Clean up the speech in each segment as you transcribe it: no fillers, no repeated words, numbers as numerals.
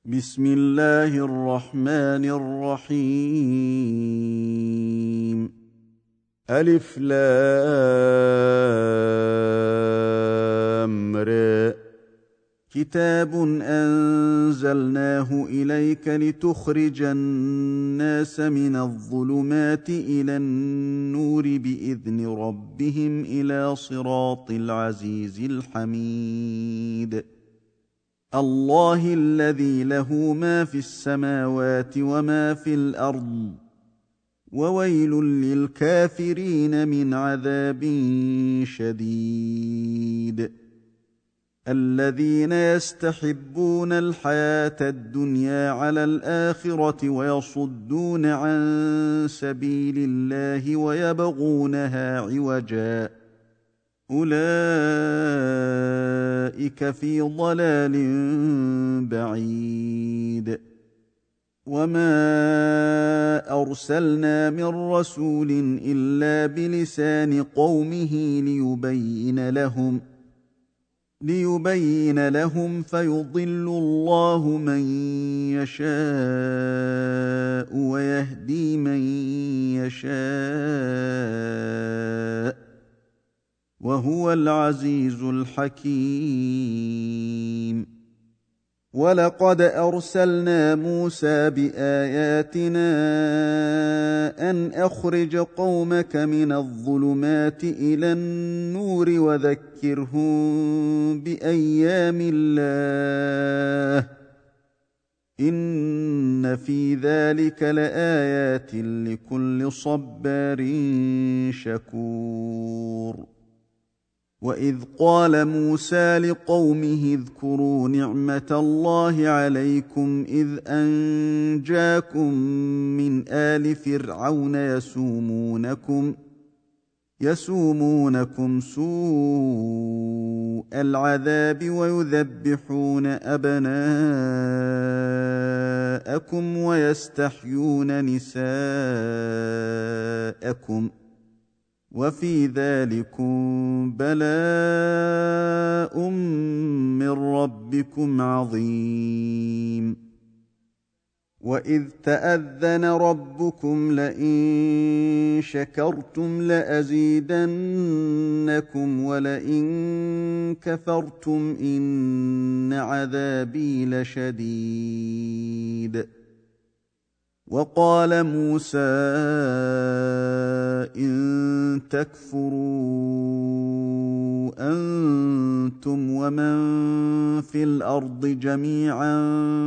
بسم الله الرحمن الرحيم. ألف لام را. كتاب أنزلناه إليك لتخرج الناس من الظلمات إلى النور بإذن ربهم إلى صراط العزيز الحميد. الله الذي له ما في السماوات وما في الأرض، وويل للكافرين من عذاب شديد. الذين يستحبون الحياة الدنيا على الآخرة ويصدون عن سبيل الله ويبغونها عوجا، أولئك في ضلال بعيد. وما أرسلنا من رسول إلا بلسان قومه ليبين لهم فيضل الله من يشاء ويهدي من يشاء، وهو العزيز الحكيم. ولقد أرسلنا موسى بآياتنا أن أخرج قومك من الظلمات إلى النور وذكرهم بأيام الله، إن في ذلك لآيات لكل صبار شكور. وإذ قال موسى لقومه اذكروا نعمة الله عليكم إذ أنجاكم من آل فرعون يسومونكم سوء العذاب ويذبحون أبناءكم ويستحيون نساءكم، وفي ذلكم بلاء من ربكم عظيم. وإذ تأذن ربكم لئن شكرتم لأزيدنكم ولئن كفرتم إن عذابي لشديد. وقال موسى إن تكفروا أنتم ومن في الأرض جميعا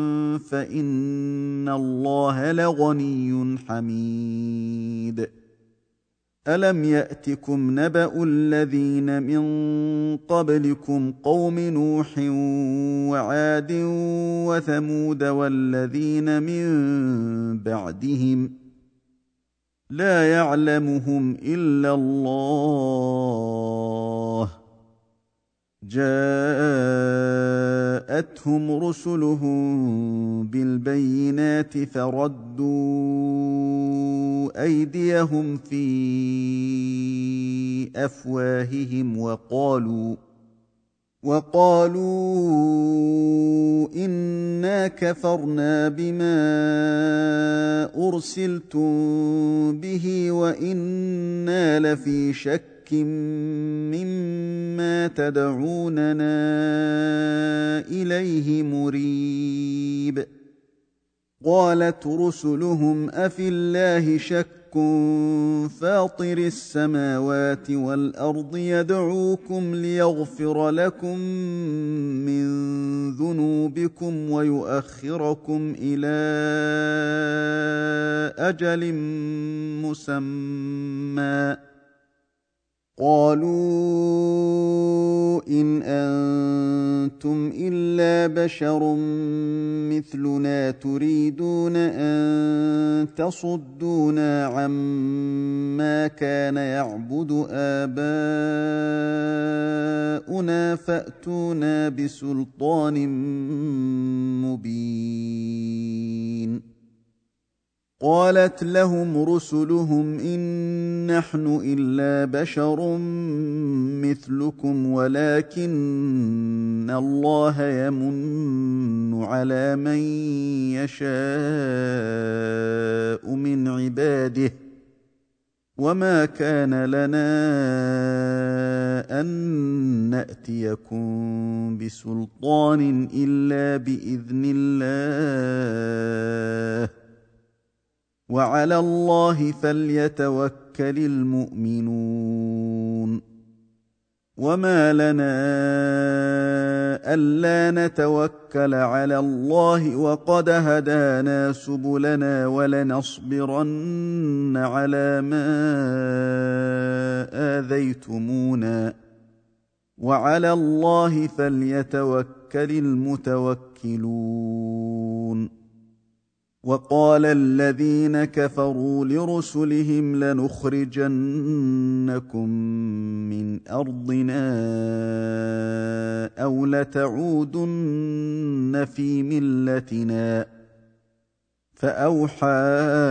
فإن الله لغني حميد. ألم يأتكم نبأ الذين من قبلكم قوم نوح وعاد وثمود والذين من بعدهم لا يعلمهم إلا الله، جاءتهم رسلهم بالبينات فردوا أيديهم في أفواههم وقالوا إنا كفرنا بما أرسلتم به وإنا لفي شك مما تدعوننا إليه مريب. قالت رسلهم أفي الله شك فاطر السماوات والأرض يدعوكم ليغفر لكم من ذنوبكم ويؤخركم إلى أجل مسمى. قالوا إن أنتم إلا بشر مثلنا تريدون أن تصدونا عما كان يعبد آباؤنا فأتونا بسلطان مبين. قالت لهم رسلهم إن نحن إلا بشر مثلكم ولكن الله يمن على من يشاء من عباده وما كان لنا أن نأتيكم بسلطان إلا بإذن الله وعلى الله فليتوكل المؤمنون وما لنا ألا نتوكل على الله وقد هدانا سبلنا ولنصبرن على ما آذيتمونا وعلى الله فليتوكل المتوكلون وقال الذين كفروا لرسلهم لنخرجنكم من أرضنا أو لتعودن في ملتنا فأوحى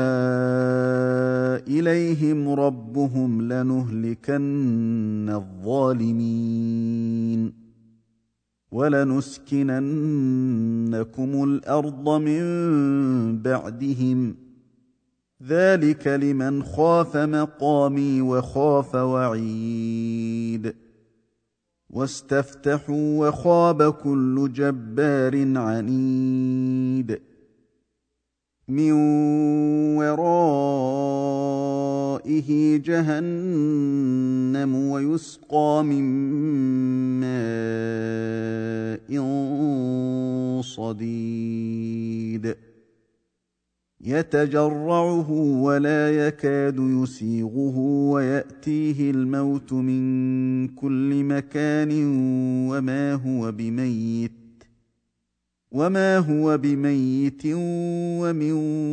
إليهم ربهم لنهلكن الظالمين ولنسكننكم الأرض من بعدهم ذلك لمن خاف مقامي وخاف وعيد واستفتحوا وخاب كل جبار عنيد من ورائه جهنم ويسقى من ماء صديد يتجرعه ولا يكاد يسيغه ويأتيه الموت من كل مكان وما هو بميت ومن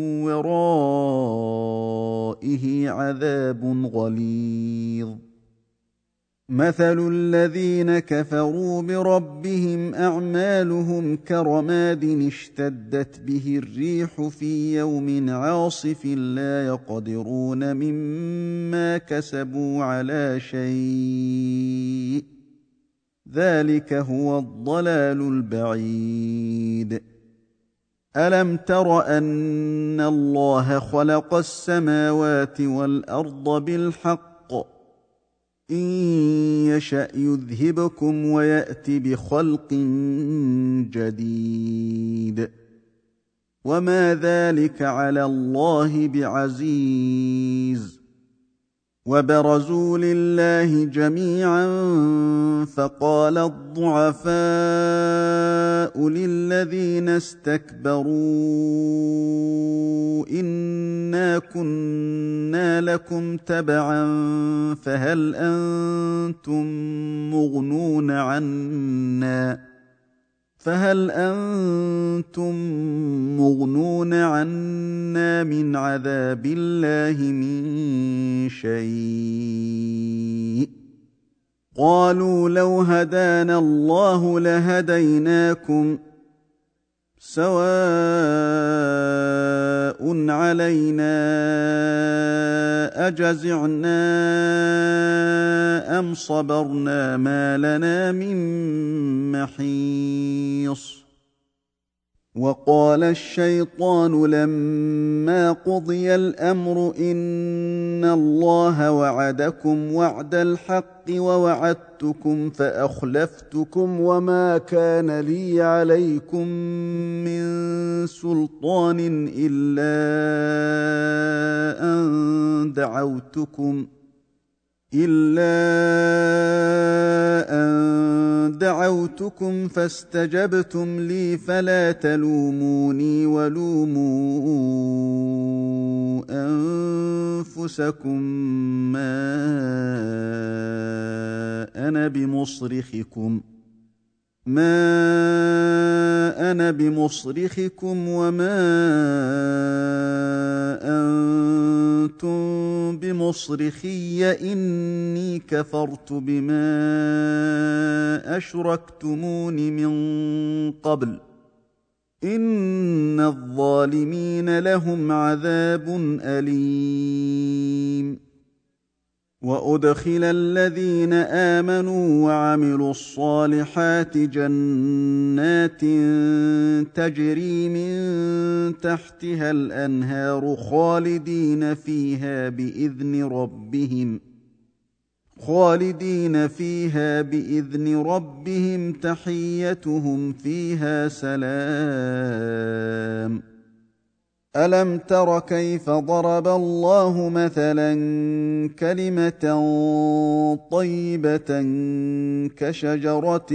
ورائه عذاب غليظ مثل الذين كفروا بربهم أعمالهم كرماد اشتدت به الريح في يوم عاصف لا يقدرون مما كسبوا على شيء ذلك هو الضلال البعيد ألم تر أن الله خلق السماوات والأرض بالحق إن يشأ يذهبكم ويأت بخلق جديد وما ذلك على الله بعزيز وبرزوا لله جميعا فقال الضعفاء للذين استكبروا إنا كنا لكم تبعا فهل أنتم مغنون عنا من عذاب الله من شيء قالوا لو هدانا الله لهديناكم سواء علينا أجزعنا أم صبرنا ما لنا من محيص وقال الشيطان لما قضي الأمر إن الله وعدكم وعد الحق ووعدتكم فأخلفتكم وما كان لي عليكم من سلطان إلا أن دعوتكم فاستجبتم لي فلا تلوموني ولوموا أنفسكم ما أنا بمصرخكم وما أنتم بمصرخي إني كفرت بما أشركتمون من قبل إن إن الظالمين لهم عذاب أليم. وأدخل الذين آمنوا وعملوا الصالحات جنات تجري من تحتها الأنهار خالدين فيها بإذن ربهم تحيتهم فيها سلام. ألم تر كيف ضرب الله مثلا كلمة طيبة كشجرة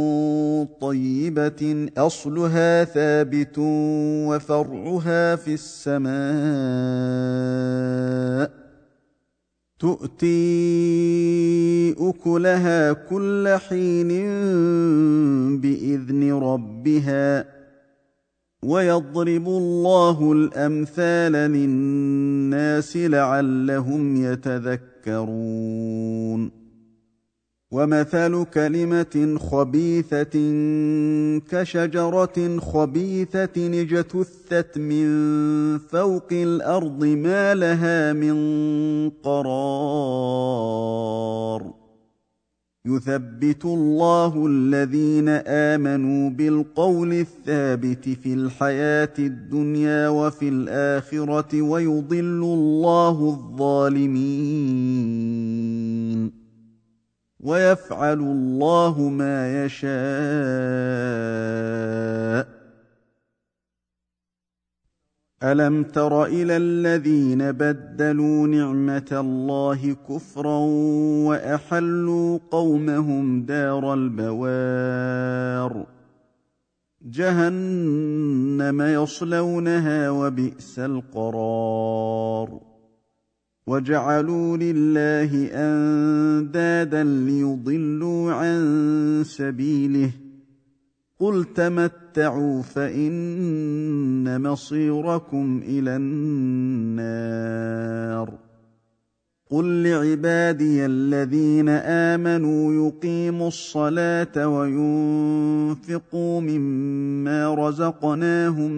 طيبة أصلها ثابت وفرعها في السماء تؤتي أكلها كل حين بإذن ربها ويضرب الله الأمثال للناس لعلهم يتذكرون. ومثل كلمة خبيثة كشجرة خبيثة اجتثت من فوق الأرض ما لها من قرار. يثبت الله الذين آمنوا بالقول الثابت في الحياة الدنيا وفي الآخرة ويضل الله الظالمين ويفعل الله ما يشاء. ألم تر إلى الذين بدلوا نعمة الله كفرا وأحلوا قومهم دار البوار جهنم يصلونها وبئس القرار. وجعلوا لله أندادا ليضلوا عن سبيله قل تمتعوا فإن مصيركم إلى النار. قل لعبادي الذين آمنوا يقيموا الصلاة وينفقوا مما رزقناهم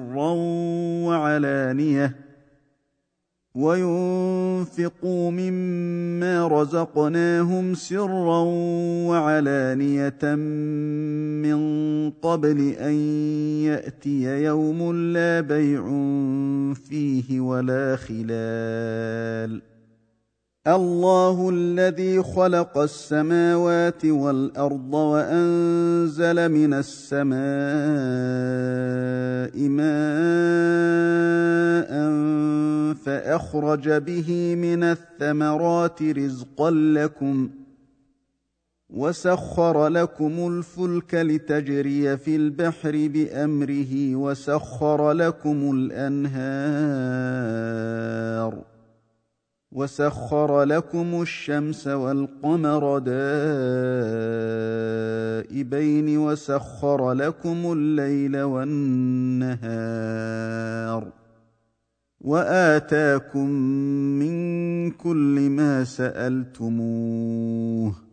سرا وعلانية من قبل أن يأتي يوم لا بيع فيه ولا خلال. الله الذي خلق السماوات والأرض وأنزل من السماء ماء فأخرج به من الثمرات رزقا لكم وسخر لكم الفلك لتجري في البحر بأمره وسخر لكم الأنهار وسخر لكم الشمس والقمر دائبين وسخر لكم الليل والنهار وآتاكم من كل ما سألتموه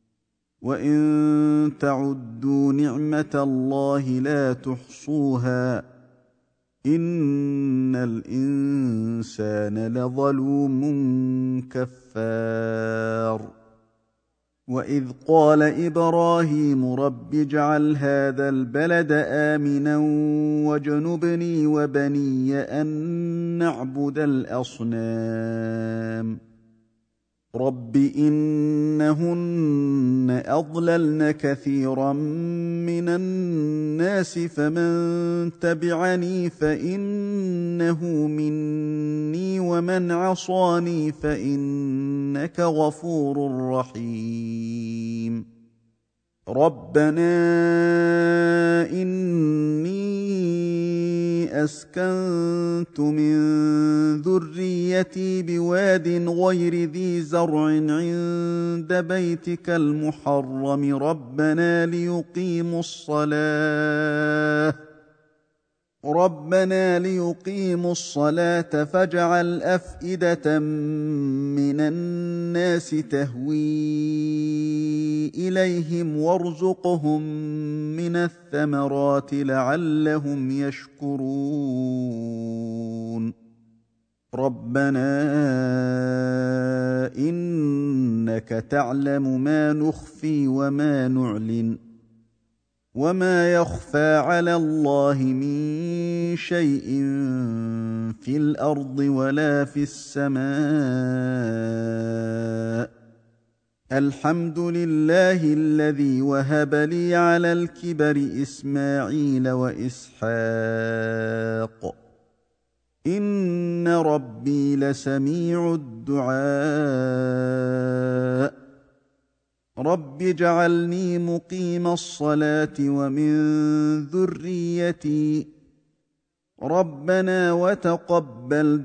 وإن تعدوا نعمة الله لا تحصوها إن الإنسان لظلوم كفار. وإذ قال إبراهيم رب اجعل هذا البلد آمنا واجنبني وبني أن نعبد الأصنام رب إنهن أضللن كثيرا من الناس فمن تبعني فإنه مني ومن عصاني فإنك غفور رحيم. ربنا إني أسكنت من ذريتي بواد غير ذي زرع عند بيتك المحرم ربنا ليقيموا الصلاة ربنا ليقيموا الصلاة فاجعل أفئدة من الناس تهوي إليهم وارزقهم من الثمرات لعلهم يشكرون ربنا إنك تعلم ما نخفي وما نعلن وما يخفى على الله من شيء في الأرض ولا في السماء الحمد لله الذي وهب لي على الكبر إسماعيل وإسحاق إن ربي لسميع الدعاء رب اجعلني مقيم الصلاة ومن ذريتي ربنا وتقبل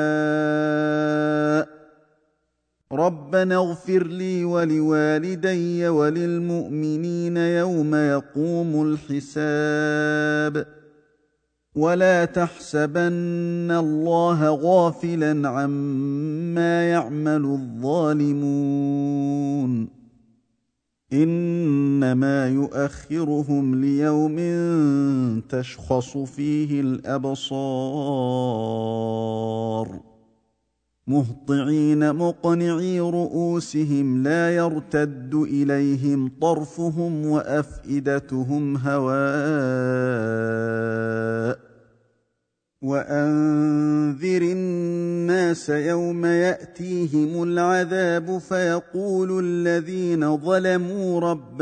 دعاء ربنا اغفر لي ولوالدي وللمؤمنين يوم يقوم الحساب ولا تحسبن الله غافلا عما يعمل الظالمون إنما يؤخرهم ليوم تشخص فيه الأبصار مهطعين مقنعي رؤوسهم لا يرتد إليهم طرفهم وأفئدتهم هواء وأنذر الناس يوم يأتيهم العذاب فيقول الذين ظلموا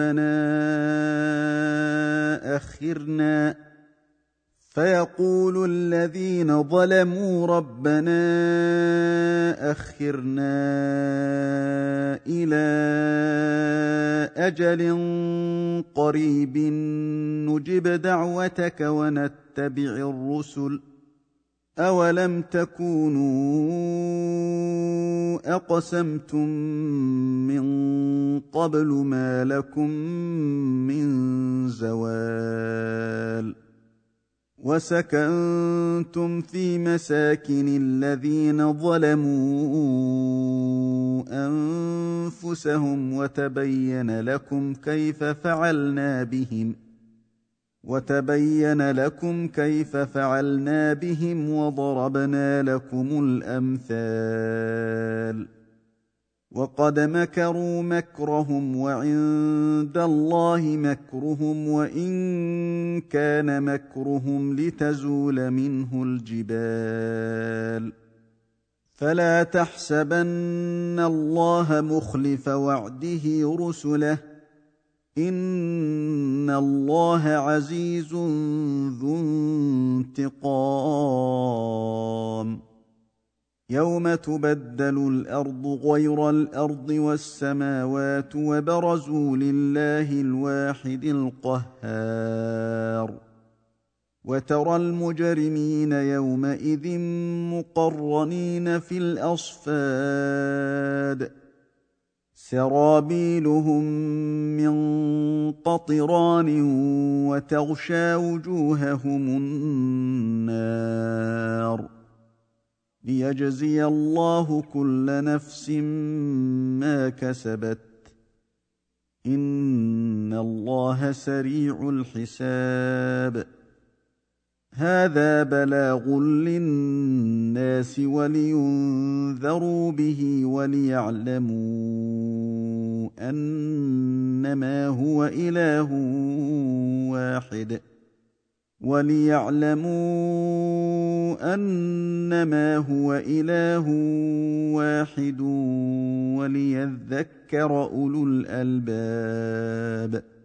ربنا أخرنا إلى أجل قريب نجب دعوتك ونتبع الرسل أولم تكونوا أقسمتم من قبل ما لكم من زوال وسكنتم في مساكن الذين ظلموا أنفسهم وتبين لكم كيف فعلنا بهم وضربنا لكم الأمثال وقد مكروا مكرهم وعند الله مكرهم وإن كان مكرهم لتزول منه الجبال فلا تحسبن الله مخلف وعده رسله إن الله عزيز ذو انتقام يوم تبدل الأرض غير الأرض والسماوات وبرزوا لله الواحد القهار وترى المجرمين يومئذ مقرنين في الأصفاد سرابيلهم من قطران وتغشى وجوههم النار ليجزي الله كل نفس ما كسبت إن الله سريع الحساب هذا بلاغ للناس ولينذروا به وليعلموا أنما هو إله واحد وليذكر أولو الألباب